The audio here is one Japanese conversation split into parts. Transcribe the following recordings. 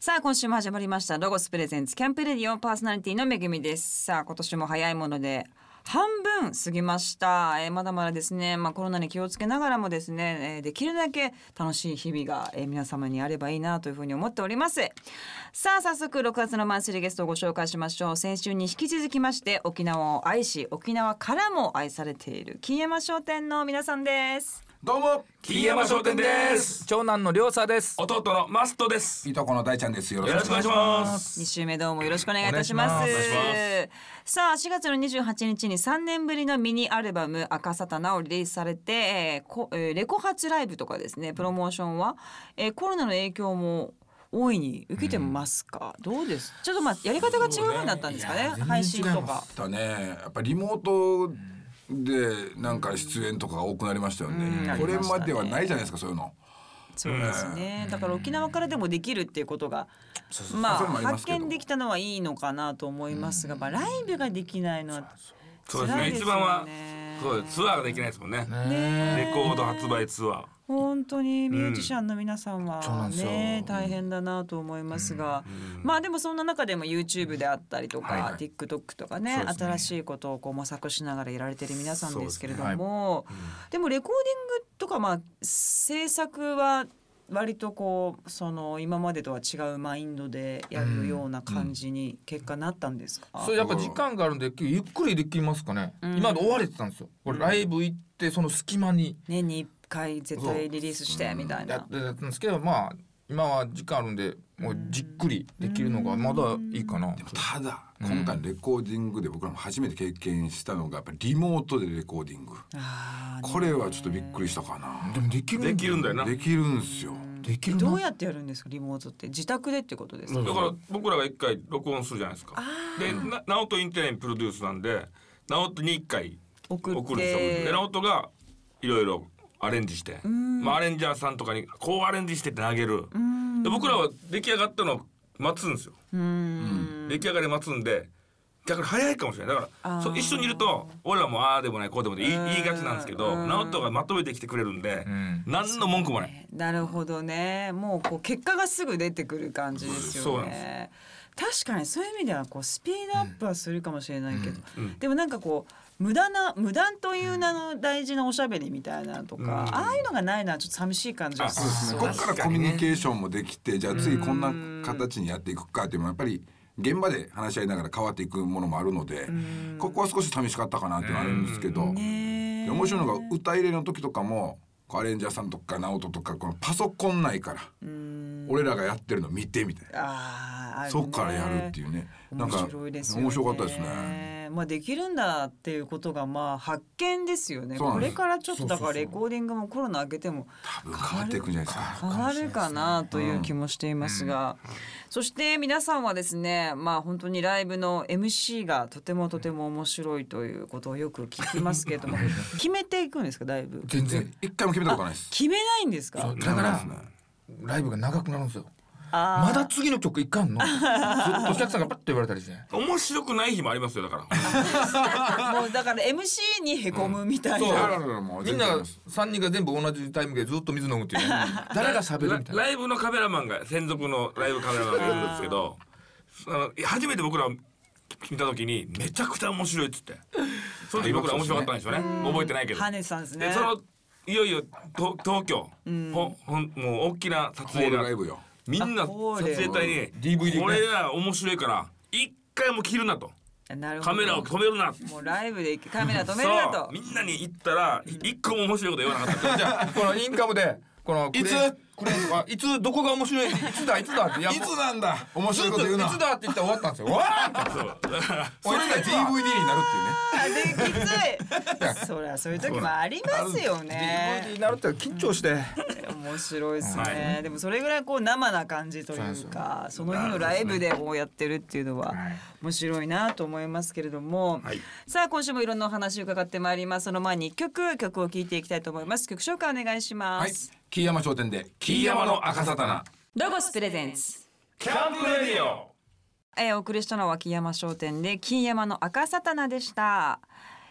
さあ今週も始まりましたロゴスプレゼンツキャンプレディオパーソナリティのめぐみです。さあ今年も早いもので半分過ぎました。まだまだですね、コロナに気をつけながらもですね、できるだけ楽しい日々が、皆様にあればいいなというふうに思っております。さあ早速6月のマンスリーゲストをご紹介しましょう。先週に引き続きまして沖縄を愛し沖縄からも愛されている金山商店の皆さんです。 どうも金山商店です。 長男の亮佐です。 弟のマストです。 いとこの大ちゃんです。よろしくお願いします。 2週目どうもよろしくお願いいたします。 お願いします。 さあ4月の28日に3年ぶりのミニアルバム赤サタナをリリースされて、レコ発ライブとかですねプロモーションは、コロナの影響も大いに受けてますか、どうです？ちょっとやり方が違うようになったんですかね、配信とかだね。やっぱリモートでなんか出演とかが多くなりましたよね。これまではないじゃないですかそういうの。 そうですね、だから沖縄からでもできるっていうことが発見できたのはいいのかなと思いますが、ライブができないのはそうですね。一番はそうです。ツアーができないですもんね。レコード発売ツアー。 本当にミュージシャンの皆さんはね、大変だなと思いますが、でもそんな中でも YouTube であったりとか、TikTok とかね、新しいことを模索しながらやられている皆さんですけれども、でもレコーディングとか制作は割とその今までとは違うマインドでやるような感じに結果なったんですか？ それやっぱ時間があるんでゆっくりできますかね。今まで追われてたんですよ。これライブ行ってその隙間に年に1回絶対リリースしてみたいなやってたんですけど、今は時間あるんでもうじっくりできるのがまだいいかな。 でもただ今回のレコーディングで僕らも初めて経験したのがやっぱりリモートでレコーディング。これはちょっとびっくりしたかな。 でもできるんだよな。 できるんですよ。 どうやってやるんですかリモートって？自宅でってことですか？ だから僕らが1回録音するじゃないですか。で直人インテリプロデュースなんで直人に1回送るんですよ。で直人がいろいろアレンジして、アレンジャーさんとかにこうアレンジしてって投げる。で僕らは出来上がったのを待つんですよ。出来上がり待つんで逆に早いかもしれない。だから一緒にいると俺らもああでもないこうでもない言いがちなんですけど、直人がまとめてきてくれるんで、何の文句もない。 なるほどね。もう結果がすぐ出てくる感じですよね。確かにそういう意味ではスピードアップはするかもしれないけど、でもなんか無駄という名の大事なおしゃべりみたいなとか、ああいうのがないのはちょっと寂しい感じがする。 ここからコミュニケーションもできて、じゃあ次こんな形にやっていくかっていうのはやっぱり現場で話し合いながら変わっていくものもあるので、ここは少し寂しかったかなっていうのはあるんですけど、で面白いのが歌入れの時とかもアレンジャーさんとか直人とかこのパソコン内から俺らがやってるの見てみたいな、そっからやるっていうね、なんか面白かったですね。 できるんだっていうことが発見ですよね。これからちょっとだからレコーディングもコロナ明けても多分変わっていくんじゃないですか。 変わるかなという気もしていますが、そして皆さんはですね、本当にライブの MC がとても面白いということをよく聞きますけれども決めていくんですか？だいぶ全然一回も決めたことないです。 決めないんですか？ だからライブが長くなるんですよ。まだ次の曲いかんのずっとお客さんがパッと言われたりして面白くない日もありますよ。だからもうだから MC にへこむみたいな、 みんな3人が全部同じタイミングでずっと水飲むっていう、誰が喋るみたいな。 ライブのカメラマンが専属のライブカメラマンがいるんですけど初めて僕ら見た時にめちゃくちゃ面白いっつって、その時僕ら面白かったんでしょうね。覚えてないけど羽根さんですね。 いよいよ東京、もう大きな撮影がライブよ。 みんな撮影隊に DVD これが面白いから一回も切るなと、カメラを止めるな、 もうライブでカメラ止めるなとみんなに言ったら一個も面白いこと言わなかったじゃあこのインカムでいついつどこが面白いいつだっていつなんだ面白いこと言うな、 いつだって言ったら終わったんですよ。わーそれが DVD になるっていうね。 できついそりゃそういう時もありますよね。 DVD になるって緊張して面白いですね、でもそれぐらい生な感じというか、その日のライブでやってるっていうのは面白いなと思いますけれども、さあ今週もいろんなお話を伺ってまいります。その前に曲を聴いていきたいと思います。曲紹介お願いします。 金山商店で金山の赤サタナ、 ロゴスプレゼンツキャンプレディオ。 お送りしたのは金山商店で金山の赤サタナでした。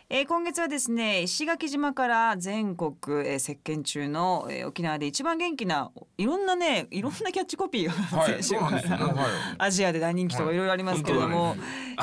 今月はですね石垣島から全国、席巻中の、沖縄で一番元気ないろんなキャッチコピーが、 はい、そうなんですよ、はい、 アジアで大人気とかいろいろありますけれども、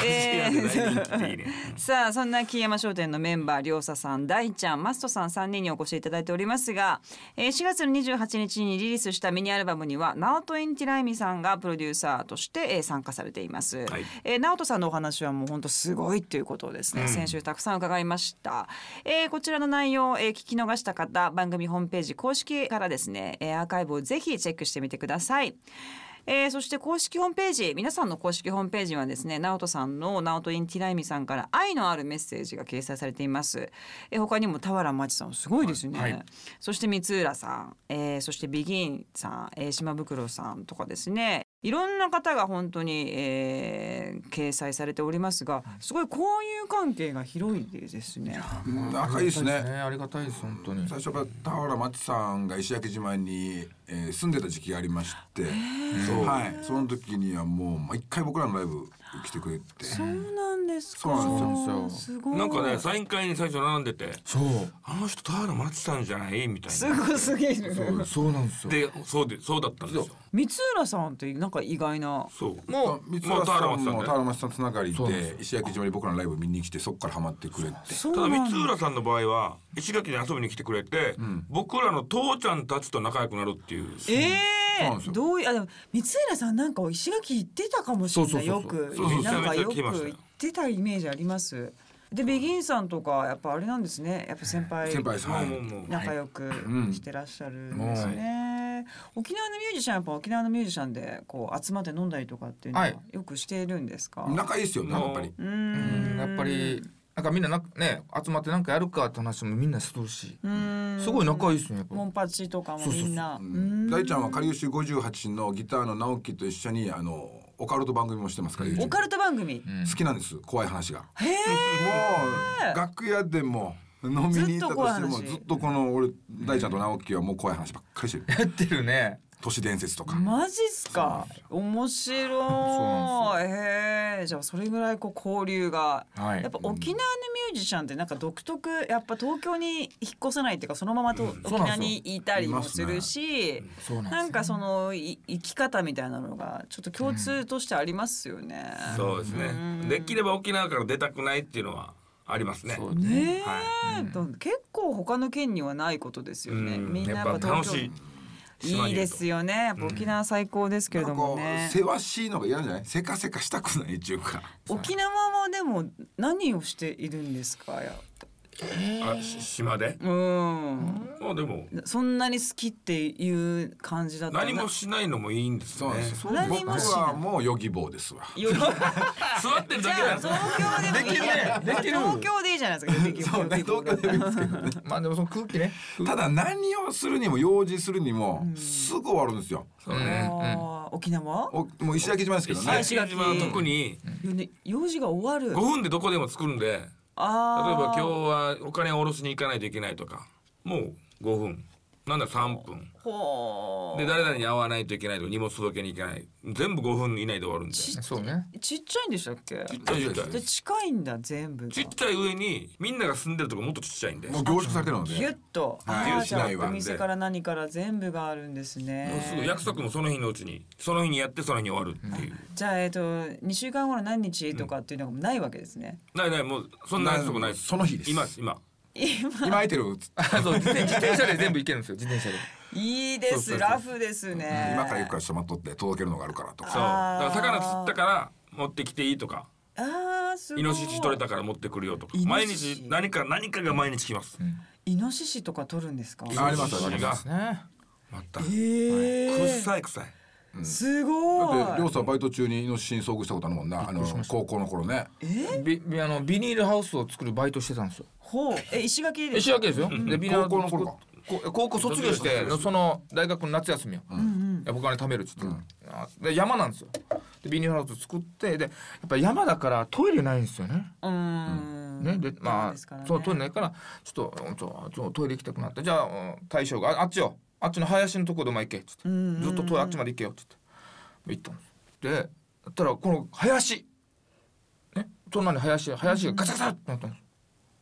さあそんな木山商店のメンバーりょうささん、大ちゃん、マストさん3人にお越しいただいておりますが、4月の28日にリリースしたミニアルバムにはナオトインティライミさんがプロデューサーとして、参加されています、はい。ナオトさんのお話はもう本当すごいっていうことをですね、先週たくさん伺いました。こちらの内容を、聞き逃した方、番組ホームページ公式からですね、アーカイブをぜひチェックしてみてください。そして公式ホームページ、皆さんの公式ホームページはですね、ナオトさんのナオトインティライミさんから愛のあるメッセージが掲載されています。他にも田原町さんすごいですね、はい、そして三浦さん、そしてビギンさん、島袋さんとかですね、いろんな方が本当に、掲載されておりますが、すごい交友関係が広いですね。 仲いいですね。 ありがたいです本当に。 最初から田原町さんが石垣島に、住んでた時期がありまして、はい、その時にはもう毎回僕らのライブ来てくれて。 そうなんですか。 そうなんですよ。すごい。 なんかねサイン会に最初並んでて、 そうあの人田原町さんじゃないみたいな。 すごすぎる。 そうなんですよ。 でそうだったんですよ。 三浦さんってなんか意外な。 そうもう三浦さんも田原町さんつながりでで石垣島に僕らのライブ見に来て、そこからハマってくれて。 ただ三浦さんの場合は石垣に遊びに来てくれて、僕らの父ちゃんたちと仲良くなるっていう。 どういうでも三浦さんなんか石垣行ってたかもしれない。よくなんかよく行ってたイメージあります。でベギンさんとかやっぱあれなんですね、やっぱ先輩さん仲良くしてらっしゃるんですね、沖縄のミュージシャンやっぱ沖縄のミュージシャンでこう集まって飲んだりとかっていうのはよくしているんですか。 仲いいですよね、やっぱり。 やっぱりなんかみんなね集まってなんかやるかって話もみんなするし、すごい仲いいですね。やっぱモンパチとかもみんな。 大ちゃんはかりゆし58のギターの直樹と一緒にオカルト番組もしてますから。 オカルト番組、 好きなんです、怖い話が。 へえ。 もう楽屋でも飲みに行ったとしてもずっとこの俺大ちゃんと直樹はもう怖い話ばっかりしてる。 やってるね。 都市伝説とか。 マジっすか。面白い。じゃあそれぐらいこう交流が、やっぱ沖縄のミュージシャンってなんか独特、やっぱ東京に引っ越さないっていうかそのままと沖縄にいたりもするし、なんかその生き方みたいなのがちょっと共通としてありますよね。 そうですね。できれば沖縄から出たくないっていうのはありますね。 ねえ、結構他の県にはないことですよね。みんなやっぱ東京いいですよね。やっぱ沖縄最高ですけれどもね。 せわしいのが嫌じゃない？せかせかしたくないっていうか。 沖縄はでも何をしているんですか？ 島で？まあでもそんなに好きっていう感じだったら何もしないのもいいんですよね。 僕はもうヨギボーですわ。 座ってるだけなんです。 東京でもいいや。東京でいいじゃないですか。 東京でもいいですけどね。 まあでもその空気ね。 ただ何をするにも用事するにもすぐ終わるんですよ。 沖縄？ もう石垣島ですけどね。 石垣島は特に用事が終わる。 5分でどこでも作るんで。例えば今日はお金を下ろしに行かないといけないとか、もう5分なんだ3分で誰々に会わないといけないとか荷物届けに行けない、全部5分以内で終わるんで。 そうね。 ちっちゃいんでしたっけ？ ちっちゃいで近いんだ全部。 ちっちゃい上にみんなが住んでるとこもっとちっちゃいんで。 もう凝縮されてるので。 ギュッと。 じゃあお店から何から全部があるんですね。 もうすぐ約束もその日のうちにその日にやってその日に終わるっていう。 じゃあ2週間後の何日とかっていうのがないわけですね。 ないもうそんな約束ないです。 その日です。 今空いてる。 そう自転車で全部行けるんですよ。自転車で。 いいです。ラフですね。 今から行くからちょっと待っとって届けるのがあるからとか。 そう。だから魚釣ったから持ってきていいとか。 すごい。 イノシシ取れたから持ってくるよとか。毎日何かが毎日来ます。 イノシシとか取るんですか？ ありますね。 また。臭い。 すごい。 だってりょうさんバイト中にイノシシに遭遇したことあるもんな。高校の頃ね。 ビニールハウスを作るバイトしてたんですよ。 石垣で。 石垣ですよ。でビニールハウス高校の頃か。 高校卒業してその大学の夏休みよ。お金貯めるっつってで山なんですよ。でビニールハウス作ってでやっぱり山だからトイレないんですよね。ねでまあそうトイレないからちょっとトイレ行きたくなって、じゃあ大将があっちの林のとこで行けっつってずっとトイレあっちまで行けよっつって行ったんです。でだったらこの林ね隣に林がガチャガチャってなったんです。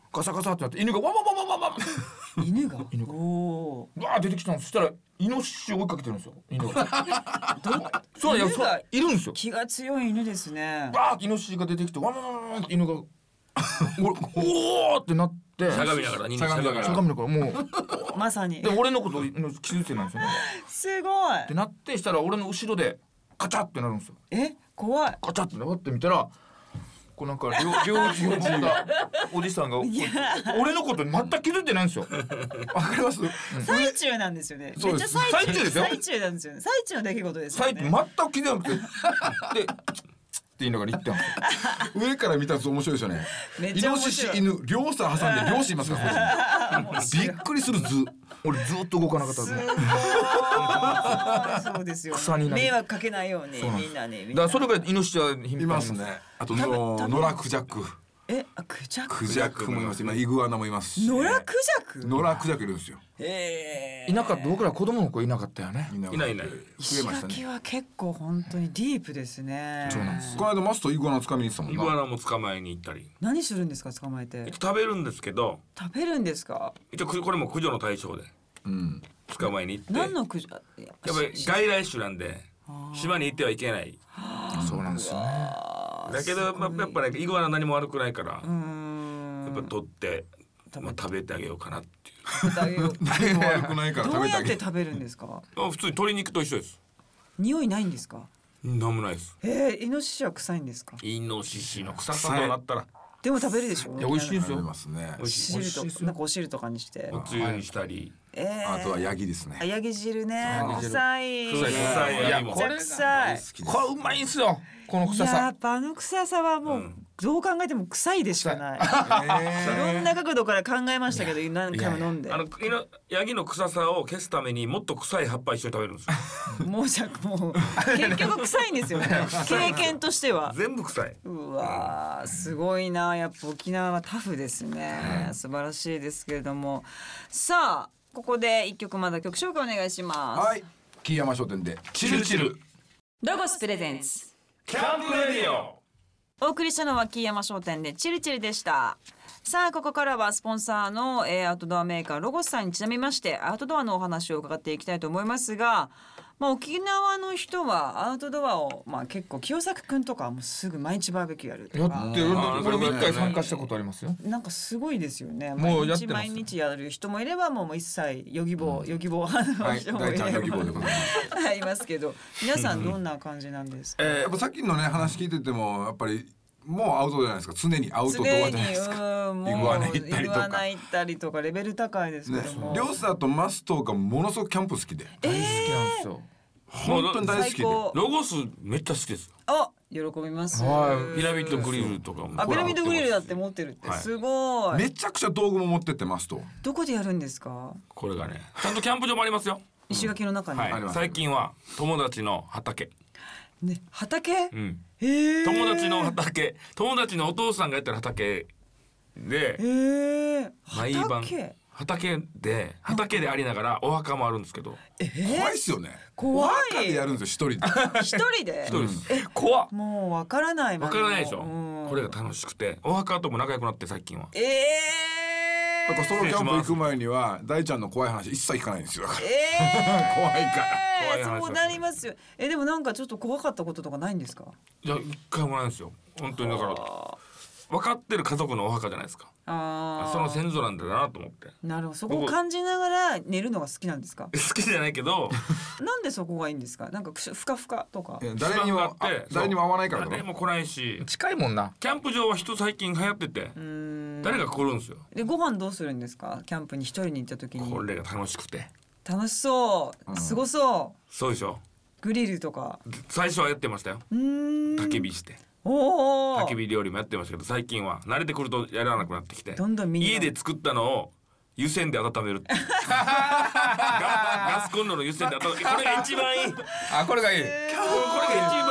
ガサガサってなって犬がワンワンワンワンワンワン犬が犬がおーわー出てきたんです。そしたらイノシシを追いかけてるんですよ犬がそういや犬がそういるんですよ。 気が強い犬ですね。 バーッイノシシが出てきてワンワンワンワンって犬がおーってなってしゃがみながら、 しゃがみながらしゃがみだからもうまさにで俺のこと傷ついてないんですよねすごいってなってしたら俺の後ろでカチャってなるんですよ。 怖い。 カチャってなってみたらこうなんか領事を持ったおじさんが俺のこと全く気づいてないんですよ。 わかります。 最中なんですよね。 そうですめっちゃ最中ですよ最中なんですよね。最中の出来事ですよ最ね。 近全く気づかなくてでって言いながら言ったんですよ。 上から見たら面白いですよね。 めっイノシちゃ面白いシ犬両者挟んで両親いますからこっちにびっくりする図。 俺ずっと動かなかったんすですごいそうですよ、 草になる迷惑かけないようにそうなんみんなね。 だからそれぐらいイノシシは頻繁にいますね。あと食べ野良クジャク、 クジャク。 クジャクもいます。今イグアナもいますし。 野良クジャク。 野良クジャクいるんですよ。 いなかった僕ら子供の子いなかったよね。 いないいない。 増え石ましたね。 垣は結構本当にディープですね。 そうなんですこの間マストイグアナ掴みに行ってたもんな。 イグアナも捕まえに行ったり、 何するんですか、捕まえて一応食べるんですけど、 食べるんですか。 一応これも駆除の対象でうん。 捕まえに行って、 何のクジャク。 やっぱり外来種なんで島に行ってはいけない。 そうなんですよね。 だけど、まあ、やっぱねイグアナ何も悪くないから、やっぱ取って、まあ、食べてあげようかなっていう。 何も悪くないからどう食べてあげる。 やって食べるんですか。 あ普通に鶏肉と一緒です。 匂いないんですか。 なんもないです。 イノシシは臭いんですか。 イノシシの臭さとなったらでも食べるでしょ。 いや美味しいです食べよ。 ますね。 美味しい。 汁となんかお汁とかにして。 おつゆにしたり、 あとはヤギですね。 ヤギ汁ね。臭い。 臭い臭いいやヤギもめっちゃ臭い。 好きです。 これうまいんすよこの臭やさっ。ぱあの臭さはもうどう考えても臭いでしかない。いえろんな角度から考えましたけど何回も飲んで。 ヤギの臭さを消すためにもっと臭い葉っぱ一緒に食べるんですよ。 もうじゃもう結局臭いんですよね。経験としては。 全部臭い。 うわーすごいな。やっぱ沖縄はタフですね。素晴らしいですけれども、さあここで一曲まだ曲紹介お願いします。 はい。木山商店でチルチル。 ロゴスプレゼンツ。 キャンプレディオ。 お送りしたのは木山商店でチルチルでした。さあここからはスポンサーの、アウトドアメーカーロゴスさんにちなみましてアウトドアのお話を伺っていきたいと思いますが、沖縄の人はアウトドアを、結構清作くんとかはもうすぐ毎日バーベキューやるとかやってる。俺も一回参加したことありますよ。 なんかすごいですよね。 もうやってます毎日やる人もいればもう一切ヨギボーのはい。 人もいれば大ちゃんの希望でございます。 いますけど、皆さんどんな感じなんですか。 やっぱさっきのね話聞いててもやっぱりもうアウトドアじゃないですか。常にアウトドアじゃないですか。 もうイグアナ行ったりとかイグアナ行ったりとかレベル高いですけども、 りょうさとマストがものすごくキャンプ好きで大好きなんですよ。 本当に大好きで最高。 ロゴスめっちゃ好きです。 喜びます。 はいピラミッドグリルとかも。 ピラミッドグリルだって持ってるってすごい。 めちゃくちゃ道具も持ってってマスト。 どこでやるんですか。 これがね、ちゃんとキャンプ場もありますよ。 石垣の中に。 はいあります最近は友達の畑、 ね、畑。 うん、 へえ。 友達の畑、友達のお父さんがやってる畑でへえ。 毎晩畑でありながらお墓もあるんですけど、 怖いっすよね。 怖いお墓でやるんですよ一人で。 一人で。 一人です。怖っ。 もうわからないまわでも。 からないでしょ。 うんこれが楽しくて、お墓とも仲良くなって最近は。 だからそのキャンプ行く前には大ちゃんの怖い話一切聞かないんですよ。だから怖いから怖い話そうなりますよ。でもなんかちょっと怖かったこととかないんですか。 いや一回もないんですよ。本当にだから分かってる家族のお墓じゃないですか。その先祖なんだなと思って。 なるほど。そこを感じながら寝るのが好きなんですか。 好きじゃないけどなんでそこがいいんですか。なんかふかふかとか。 誰にも芝生があって誰にも会わないからだろ。 誰も来ないし、 近いもんな。 キャンプ場は人最近流行ってて誰が来るんですよ。 でご飯どうするんですか。キャンプに一人に行った時に。 これが楽しくて。 楽しそう。すごそう。 そうでしょ。 グリルとか。 最初はやってましたよ。焚き火して。 おお。 焚き火料理もやってましたけど、最近は慣れてくるとやらなくなってきて、 どんどんみんな家で作ったのを湯煎で温めるっていうガスコンロの湯煎で温める。これが一番いい。 あこれがいい。 これが一番いいんだ。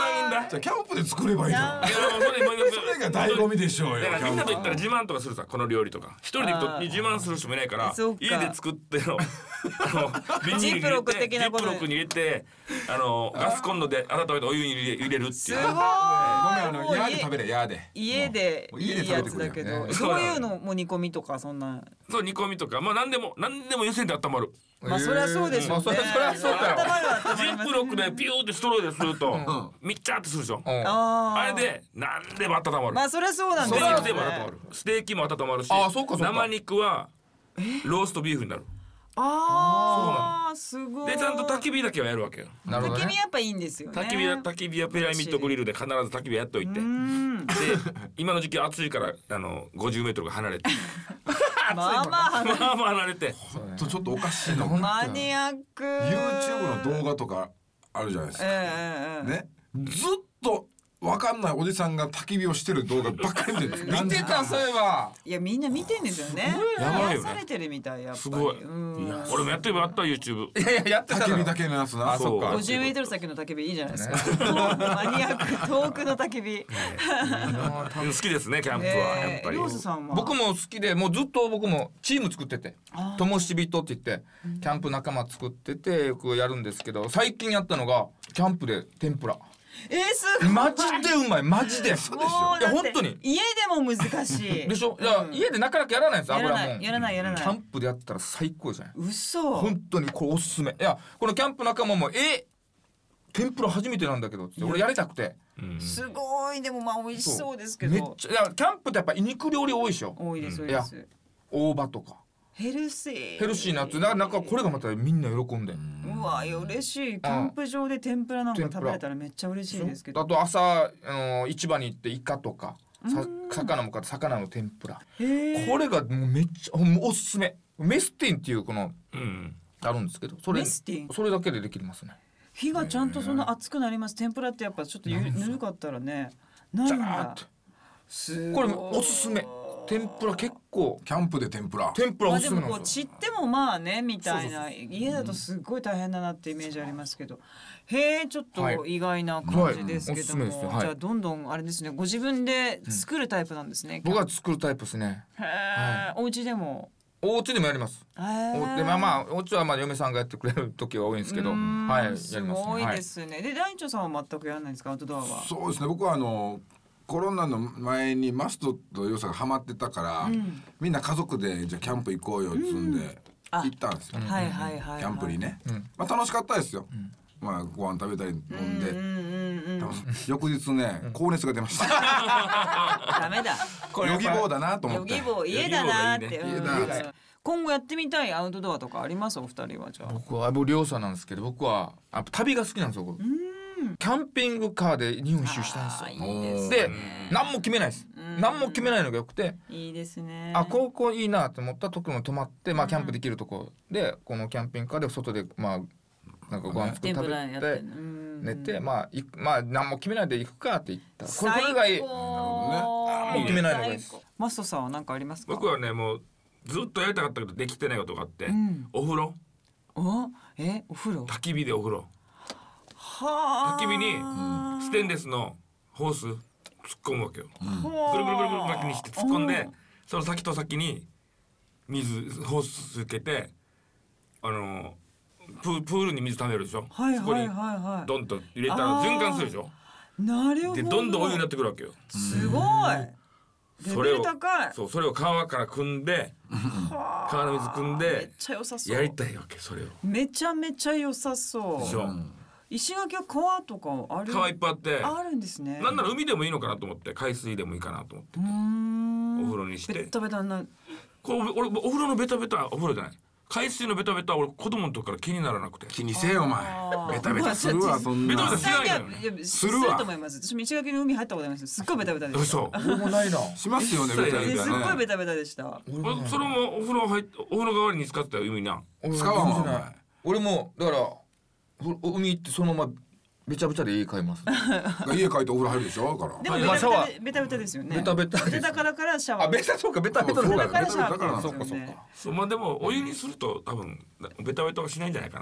じゃあキャンプで作ればいいじゃん。 いやもうそれが醍醐味でしょうよ。 だからみんなと言ったら自慢とかするさ、この料理とか一人で行くと自慢する人もいないからそうか家で作ってのビニールに入れてジップロック的なことでジップロックに入れてガスコンロで温めてお湯に入れるっていう。 すごい。 ごめんヤーで食べれヤーで。 家でいいやつだけど、そういうのも煮込みとかそんな。 そう煮込みとかまあ何でも湯煎で温まる。 まあそりゃそうでしょうね。 そりゃそうだよ。 ジップロックでピューってストローでするとみっちゃってするでしょ。あれで何でも温まる。 まあそりゃそうなんですよね。 ステーキでも温まる。ステーキも温まるし、生肉はローストビーフになる。 ああすごい。 でちゃんと焚き火だけはやるわけよ。 焚き火やっぱいいんですよね。 焚き火はピラミッドグリルで必ず焚き火やっといて、で今の時期暑いから50メートルが離れてまあまあ離れてちょっとおかしいの。 マニアック。 YouTube の動画とかあるじゃないですか。ね、ずっとわかんないおじさんが焚き火をしてる動画ばっかり見てる。 見てたそういえば。 いやみんな見てんですよね。 やばいよね。 癒されてるみたいやっぱり。 すごい。俺もやってもあった YouTube。 いややってたの。 焚き火だけのやつな。 そうか。 50メートル先の焚き火いいじゃないですか。マニアック遠くの焚き火。 好きですねキャンプはやっぱり。 ローズさんは。 僕も好きでもうずっと僕もチーム作ってて、ともしびとって言ってキャンプ仲間作っててよくやるんですけど、最近やったのがキャンプで天ぷら。 すごい。 マジでうまいマジで。 もういや本当に。 家でも難しい。 でしょ。いや家でなかなかやらないんです油もん。 やらない。 キャンプでやったら最高じゃない。 嘘。 本当にこれおすすめ。いやこのキャンプ仲間も天ぷら初めてなんだけどって俺やりたくて。 すごい。でもまあ美味しそうですけど。 めっちゃいやキャンプってやっぱり肉料理多いでしょ。 多いです多いです。 大葉とか。 ヘルシー。 ヘルシーなやつ。なんかこれがまたみんな喜んで。 うわ嬉しい。キャンプ場で天ぷらなんか食べれたらめっちゃ嬉しいですけど。 あと朝市場に行ってイカとか魚も買って魚の天ぷら。これがもうめっちゃおすすめ。メスティンっていうこのあるんですけど、それだけでできますね。 火がちゃんとそんな熱くなります。天ぷらってやっぱちょっとぬるかったらね。なんだ。 これおすすめ。天ぷら結構キャンプで天ぷらおすすめなんですよ。 でもこう散ってもまあねみたいな、家だとすごい大変だなってイメージありますけど、へえちょっと意外な感じですけども、じゃあどんどんあれですね、ご自分で作るタイプなんですね。 僕は作るタイプですね。 へえ、お家でもお家でもやります。でまあお家はまあ嫁さんがやってくれる時が多いんですけど、はいやりますね。 すごいですね。で大腸さんは全くやらないんですか、アウトドアは。 そうですね、僕はコロナの前にマストと良さがハマってたから、みんな家族でじゃあキャンプ行こうよっつんで行ったんですよ。キャンプにね、まあ楽しかったですよ。まあご飯食べたり飲んで、翌日ね高熱が出ました。 ダメだ。 ヨギボーだなと思って。 ヨギボー家だなって。今後やってみたいアウトドアとかあります？お二人は。じゃあ僕は両者なんですけど、僕は旅が好きなんですよ。キャンピングカーで日本一周したいんですよ。で何も決めないです。何も決めないのがよくて、 いいですね。 ここいいなと思ったところに泊まって、まあキャンプできるところでこのキャンピングカーで外でまあなんかご飯作って食べて寝て、まあ何も決めないで行くかって言ったらこれがいい。もう決めないのがいいです。 マストさんは何かありますか？ 僕はねもうずっとやりたかったけどできてないことがあって、お風呂。お風呂。 焚き火でお風呂。焚き火にステンレスのホース突っ込むわけよ。ぐるぐるぐるぐる巻きにして突っ込んで、その先と先にホースつけてプールに水溜めるでしょ。そこにドンと入れたら循環するでしょ。 なるほど。 でどんどんお湯になってくるわけよ。 すごい。レベル高い。 それを川から汲んで川の水汲んでめっちゃ良さそう。 やりたいわけそれを。 めちゃめちゃ良さそう。 でしょ。 石垣は川とかある？ 川いっぱいあって。あるんですね。 なんなら海でもいいのかなと思って、海水でもいいかなと思ってて、お風呂にして。ベタベタな。俺お風呂のベタベタ、お風呂じゃない。海水のベタベタ俺子供の時から気にならなくて。 気にせえよお前。ベタベタするわそんな。 ベタベタしないよね。 すると思います。私も石垣の海入ったことあります。すっごいベタベタでした。 嘘。 俺もないな。 しますよねベタベタね。 すっごいベタベタでした。 それもお風呂代わりに使ってたよ海な。 使わんわ。 俺もだから海行ってそのままべちゃべちゃで家買います。 家帰ってお風呂入るでしょから。 でもベタベタですよね。 ベタベタからシャワー。 ベタそうかベタベタだからシャワー。 そうか。まあでもお湯にすると多分ベタベタはしないんじゃないかな。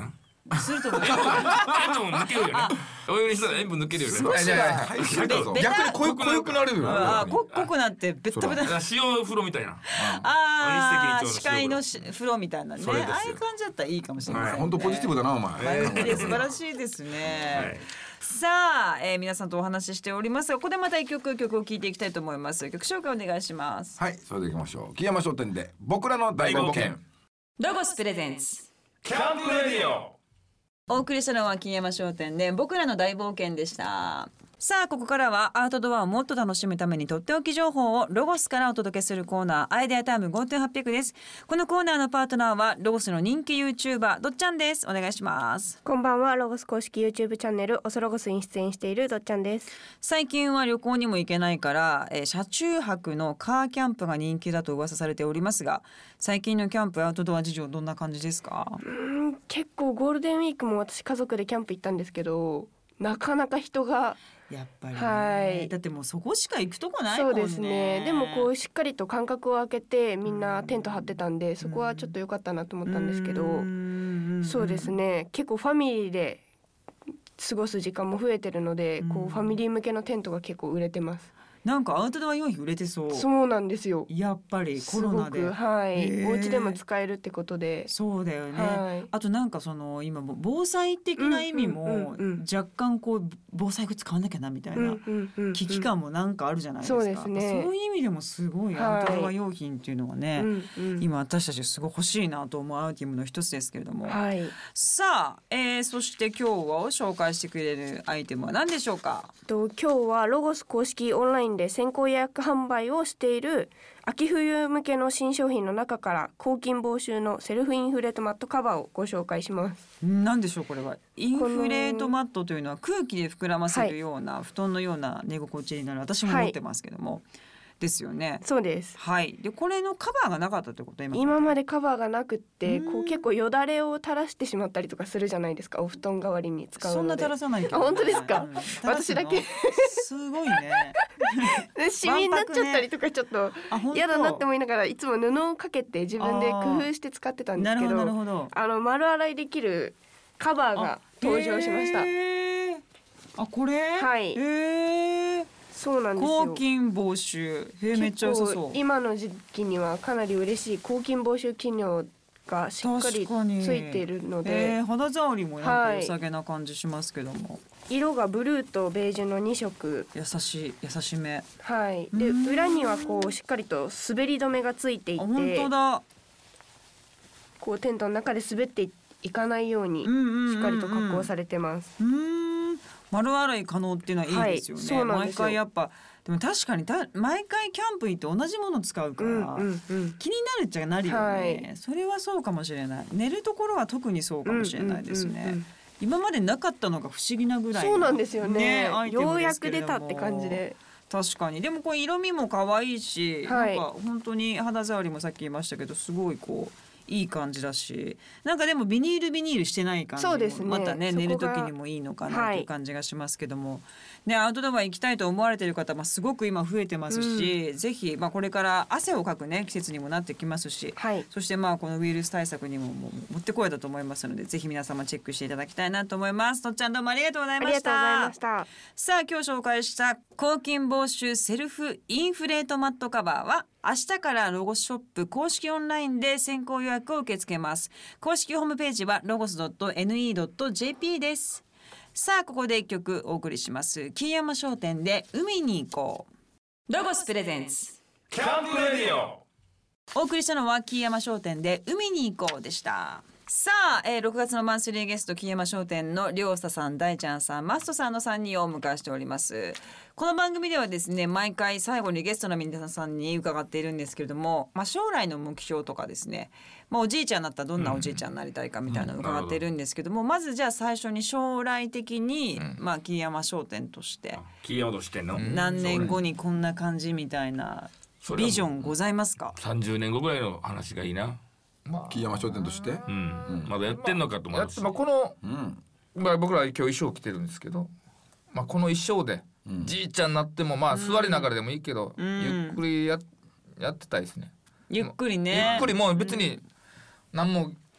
すると思う。 塩分抜けるよね。お湯にしたら塩分抜けるよね。 少しははい逆に濃くなるよね。 濃くなってベタベタ。 塩風呂みたいな。 ああ、視界の風呂みたいなね。ああいう感じだったらいいかもしれませんね。 本当ポジティブだなお前。 素晴らしいですね。さあ、皆さんとお話ししておりますが、ここでまた曲を聴いていきたいと思います。曲紹介お願いします。 はい、それでいきましょう。木山商店で僕らの大冒険。 ロゴスプレゼンツキャンプレディオ。 お送りしたのは木山商店で僕らの大冒険でした。さあ、ここからはアウトドアをもっと楽しむためにとっておき情報をロゴスからお届けするコーナー、アイデアタイム 5.800 です。このコーナーのパートナーはロゴスの人気 YouTuber どっちゃんです。お願いします。 こんばんは。ロゴス公式 YouTube チャンネルオソロゴスに出演しているどっちゃんです。 最近は旅行にも行けないから、車中泊のカーキャンプが人気だと噂されておりますが、最近のキャンプアウトドア事情どんな感じですか？ 結構ゴールデンウィークも私家族でキャンプ行ったんですけど、なかなか人がやっぱり、 はい、 だってもうそこしか行くとこないもんね。 そうですね。でもこうしっかりと間隔を空けてみんなテント張ってたんで、そこはちょっと良かったなと思ったんですけど、そうですね、結構ファミリーで過ごす時間も増えてるので、こうファミリー向けのテントが結構売れてます。 なんかアウトドア用品売れてそう。 そうなんですよ。 やっぱりコロナで、 はい、お家でも使えるってことで。 そうだよね、 はい、 あとなんかその今防災的な意味も若干こう防災グッズ買わなきゃなみたいな危機感もなんかあるじゃないですか。 そうですね。 そういう意味でもすごいアウトドア用品っていうのはね、今私たちすごい欲しいなと思うアイテムの一つですけれども、 はい、 さあ、そして今日は紹介してくれるアイテムは何でしょうか？ 今日はロゴス公式オンラインで先行予約販売をしている秋冬向けの新商品の中から抗菌防臭のセルフインフレートマットカバーをご紹介します。 何でしょうこれは？インフレートマットというのは空気で膨らませるような、布団のような寝心地になる、私も持ってますけども、ですよね。 そうです。 はい。でこれのカバーがなかったってこと？ 今までカバーがなくって、こう結構よだれを垂らしてしまったりとかするじゃないですか、お布団代わりに使うので。 そんな垂らさないけど、ね。 本当ですか？私だけすごいね。 シミになっちゃったりとかちょっと嫌だなって思いながら、いつも布をかけて自分で工夫して使ってたんですけど、 なるほど。 丸洗いできるカバーが登場しました。 これ？ はい。そうなんですよ。 抗菌防臭。めっちゃ良さそう。 今の時期にはかなり嬉しい抗菌防臭機能がしっかりついているので、 肌触りもなんか良さげな感じしますけども、 色がブルーとベージュの2色。 優しめ。 はい。で裏にはこうしっかりと滑り止めがついていて、 本当だ。 こうテントの中で滑っていかないようにしっかりと加工されてます。 丸洗い可能っていうのはいいですよね。 そうなんですよ。 毎回やっぱでも確かに毎回キャンプ行って同じもの使うから、気になるっちゃなるよね、それはそうかもしれない。寝るところは特にそうかもしれないですね。今までなかったのが不思議なぐらいの、 そうなんですよね。ようやく出たって感じで。 確かに。でもこれ色味も可愛いし、なんか本当に肌触りもさっき言いましたけどすごいこういい感じだし、なんかでもビニールしてない感じも、 そうですね、 またね寝る時にもいいのかなという感じがしますけども、ね、アウトドア行きたいと思われている方、すごく今増えてますし、ぜひ、これから汗をかくね季節にもなってきますし、そしてこのウイルス対策にももってこいだと思いますので、ぜひ皆様チェックしていただきたいなと思います。とっちゃんどうもありがとうございました。 ありがとうございました。 さあ今日紹介した抗菌防臭セルフインフレートマットカバーは明日からロゴスショップ公式オンラインで先行予約を受け付けます。公式ホームページは logos.ne.jp です。さあここで一曲お送りします。木山商店で海に行こう。ロゴスプレゼンツキャンプレディオ。 お送りしたのは木山商店で海に行こうでした。さあ、6月のマンスリーゲスト木山商店のりょうささん、大ちゃんさん、マストさんの3人をお迎えしております。この番組ではですね、毎回最後にゲストの皆さんに伺っているんですけれども、将来の目標とかですね、おじいちゃんになったらどんなおじいちゃんになりたいかみたいなのを伺っているんですけども、まずじゃあ最初に将来的に、木山商店として木山としての何年後にこんな感じみたいなビジョンございますか ？30年後ぐらいの話がいいな。 木山商店として、 まだやってんのかと思います。 この、僕ら今日衣装着てるんですけど、この衣装で、じいちゃんになっても座りながらでもいいけど、ゆっくりやってたいですね。 ゆっくりね。 ゆっくりもう別に何も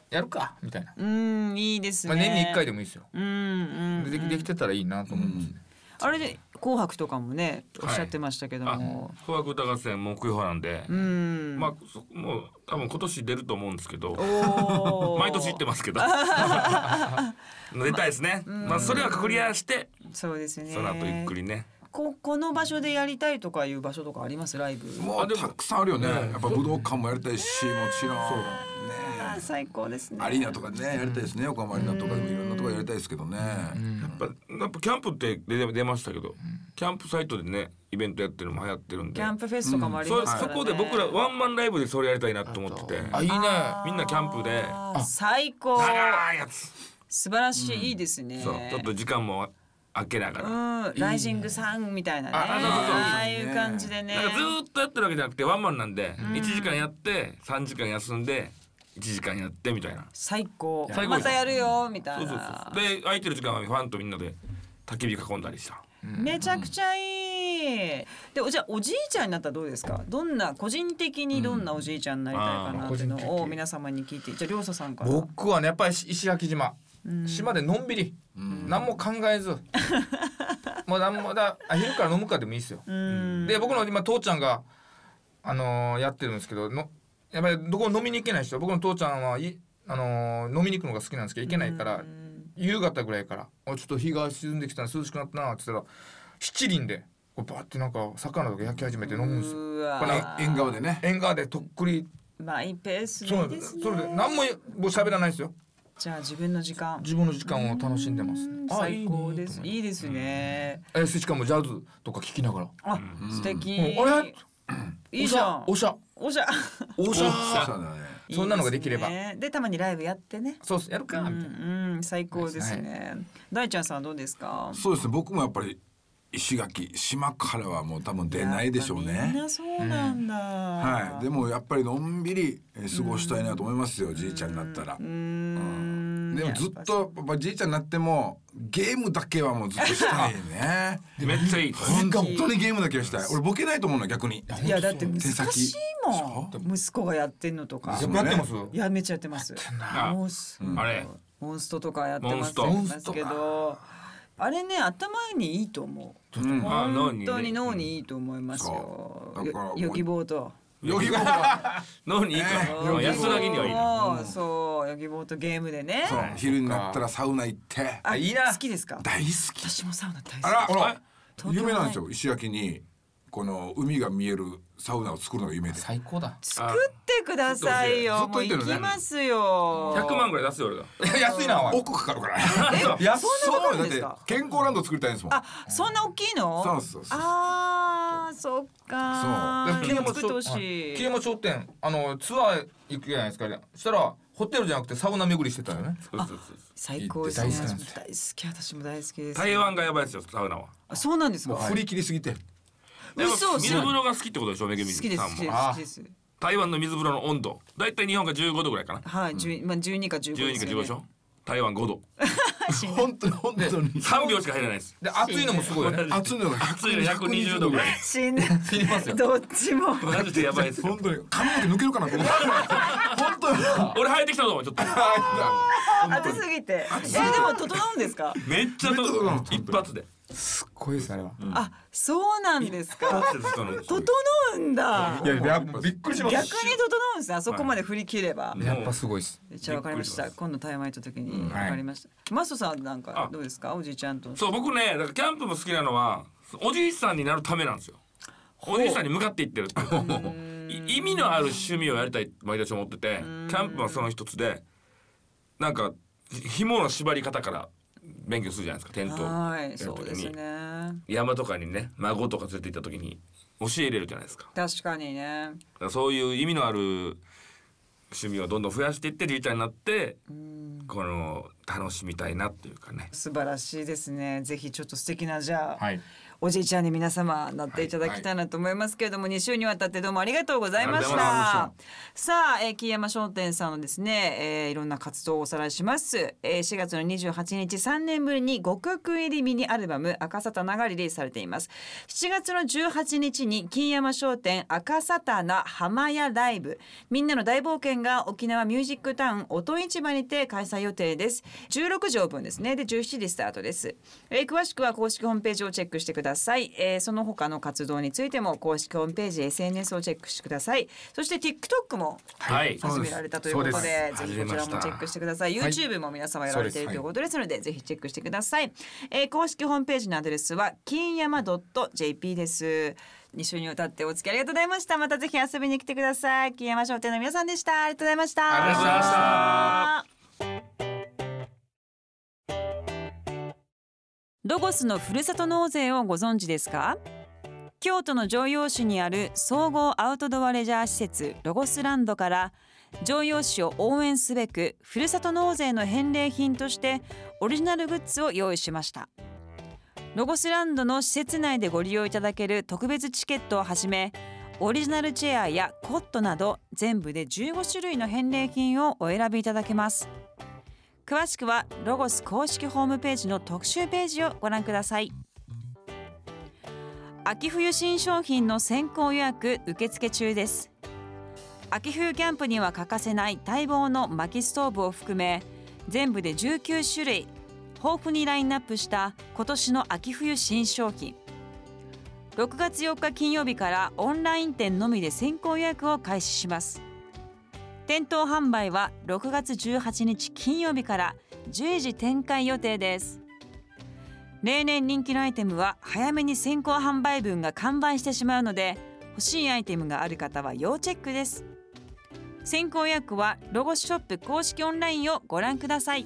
やるかみたいな、 いいですね。 年に1回でもいいですよ。できてたらいいなと思いますね。 あれで紅白とかもねおっしゃってましたけども、 紅白歌合戦目標なんで、まあもう多分今年出ると思うんですけど、毎年行ってますけど出たいですね。まあそれはクリアして、 そうですね。 その後ゆっくりね。 この場所でやりたいとかいう場所とかあります？ライブ。 もうたくさんあるよね。やっぱ武道館もやりたいし、もちろん最高ですね。 アリーナとかねやりたいですね。横浜アリーナとかでもいろんなところやりたいですけどね。 やっぱキャンプって出ましたけど、キャンプサイトでねイベントやってるのも流行ってるんで、 キャンプフェスとかもありますからね。 そこで僕らワンマンライブでそれやりたいなと思ってて、 いいね。 みんなキャンプで最高。 長いやつ、 素晴らしい、いいですね。 そうちょっと時間も開けながら、 ライジングさんみたいなね、ああいう感じでね。 なんかずーっとやってるわけじゃなくてワンマンなんで、1時間やって3時間休んで1時間やってみたいな。 最高。 最高またやるよみたいな。 そうで空いてる時間はファンとみんなで焚き火囲んだりした。 めちゃくちゃいい。でじゃあおじいちゃんになったらどうですか？どんな個人的にどんなおじいちゃんになりたいかなっていうのを皆様に聞いて、じゃあ両者さんから。 僕はねやっぱり石垣島、島でのんびり、何も考えずもう何も昼から飲むかでもいいですよ。で僕の今父ちゃんがやってるんですけどやっぱりどこも飲みに行けない人、僕の父ちゃんは飲みに行くのが好きなんですけど行けないから、夕方ぐらいからちょっと日が沈んできたら涼しくなったなって言ったら七輪でバーってなんか魚とか焼き始めて飲むんですよ。 縁側でね。 縁側でとっくり。 マイペースでいいですね。 それで何も喋らないですよ。 じゃあ自分の時間を楽しんでます。 最高です。いいですね。 しかもジャズとか聴きながら。 あ、素敵。いいじゃん。 おしゃ。そんなのができれば。 でたまにライブやってね。 そうやるかみたいな。 最高ですね。大ちゃんさんはどうですか？ そうですね。僕もやっぱり石垣島からはもう多分出ないでしょうね。 みんなそうなんだ。 はい。でもやっぱりのんびり過ごしたいなと思いますよ。じいちゃんになったら。でもずっとやっぱじいちゃんになってもゲームだけはもうずっとしたいね。 めっちゃいい。 本当にゲームだけはしたい。俺ボケないと思うの逆に。 いやだって難しいもん。息子がやってんのとか。 やってます？ いやめっちゃやってます。 あれモンストとかやってますけど。あれね頭にいいと思う。本当に脳にいいと思いますよ。ヨギボーと。 ヨギボーは脳にいいから。安らぎにはいいな。 そうヨギボーとゲームでね。 昼になったらサウナ行って。 いいな。 好きですか？ 大好き。 私もサウナ大好き。 あら夢なんですよ。石垣にこの海が見えるサウナを作るのが夢で。 最高だ。 作ってくださいよ。もう行きますよ。 100万ぐらい出すよ俺が。 安いな。 億かかるから。 安そんなかかるんですか？ 健康ランド作りたいんですもん。 あ、そんな大きいの？ そう。 ああ、そっか。 そう。桐山商店ツアー行くじゃないですか。そしたらホテルじゃなくてサウナ巡りしてたよね。 最高ですね。大好き、私も大好きです。 台湾がやばいですよサウナは。 そうなんですか？ 振り切りすぎて。 水風呂が好きってことでしょめぐみさんも。 好きです。 台湾の水風呂の温度だいたい日本が15度ぐらいかな。 はい、12か15ですよね。 12か15でしょ。台湾5度。 本当に 3秒しか入らないです。 で暑いのもすごいよね。 暑いの120度ぐらい。 死にますよ。どっちも。 マジでやばいです。 本当に髪の毛抜けるかなと思って。本当に。 俺生えてきたと思うちょっと。 暑すぎて。でも整うんですか？ めっちゃ整う。一発で。 すっごいですあれは。 あ、そうなんですか。整うんだ。 いやびっくりします。 逆に整うんですね。あそこまで振り切れば。 やっぱすごいです。 じゃあわかりました。今度台湾行った時にわかりました。マストさんなんかどうですか？おじいちゃんと。 そう僕ね、だからキャンプも好きなのはおじいさんになるためなんですよ。おじいさんに向かっていってるっていう意味のある趣味をやりたい毎年思ってて、キャンプはその一つで、なんか紐の縛り方から勉強するじゃないですか。テントをやる時に、山とかにね孫とか連れて行った時に教え入れるじゃないですか。 確かにね。 そういう意味のある趣味をどんどん増やしていってじいちゃんになってこの楽しみたいなっていうかね。 素晴らしいですね。ぜひちょっと素敵なじゃあ、 おじいちゃんに皆様なっていただきたいなと思いますけれども、2週にわたってどうもありがとうございましありがとうございまた。さあ、木山商店さんのですね、いろんな活動をおさらいします。4月の28日3年ぶりに5曲入りミニアルバム赤サタナがリリースされています。7月の18日に金山商店赤サタナ浜屋ライブみんなの大冒険が沖縄ミュージックタウン音市場にて開催予定です。16時オープンですね。で17時スタートです。詳しくは公式ホームページをチェックしてください。その他の活動についても公式ホームページ SNS をチェックしてください。そして TikTok も始められたということで、ぜひこちらもチェックしてください。YouTube も皆様やられているということですので、ぜひチェックしてください。公式ホームページのアドレスは金山 .jp です。2週にわたってお付き合いありがとうございました。またぜひ遊びに来てください。金山商店の皆さんでした。ありがとうございました。 ありがとうございました。 ロゴスのふるさと納税をご存知ですか？京都の城陽市にある総合アウトドアレジャー施設ロゴスランドから城陽市を応援すべくふるさと納税の返礼品としてオリジナルグッズを用意しました。ロゴスランドの施設内でご利用いただける特別チケットをはじめ、オリジナルチェアやコットなど全部で15種類の返礼品をお選びいただけます。詳しくはロゴス公式ホームページの特集ページをご覧ください。秋冬新商品の先行予約受付中です。秋冬キャンプには欠かせない待望の薪ストーブを含め、全部で19種類豊富にラインナップした今年の秋冬新商品。6月4日金曜日からオンライン店のみで先行予約を開始します。店頭販売は6月18日金曜日から10時展開予定です。例年人気のアイテムは早めに先行販売分が完売してしまうので、欲しいアイテムがある方は要チェックです。先行予約はロゴスショップ公式オンラインをご覧ください。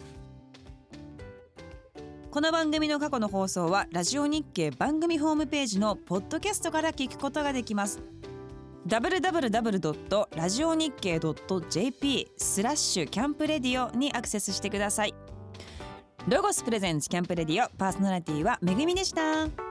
この番組の過去の放送はラジオ日経番組ホームページのポッドキャストから聞くことができます。www.radionickei.jp/キャンプレディオにアクセスしてください。ロゴスプレゼンツキャンプレディオ、パーソナリティはめぐみでした。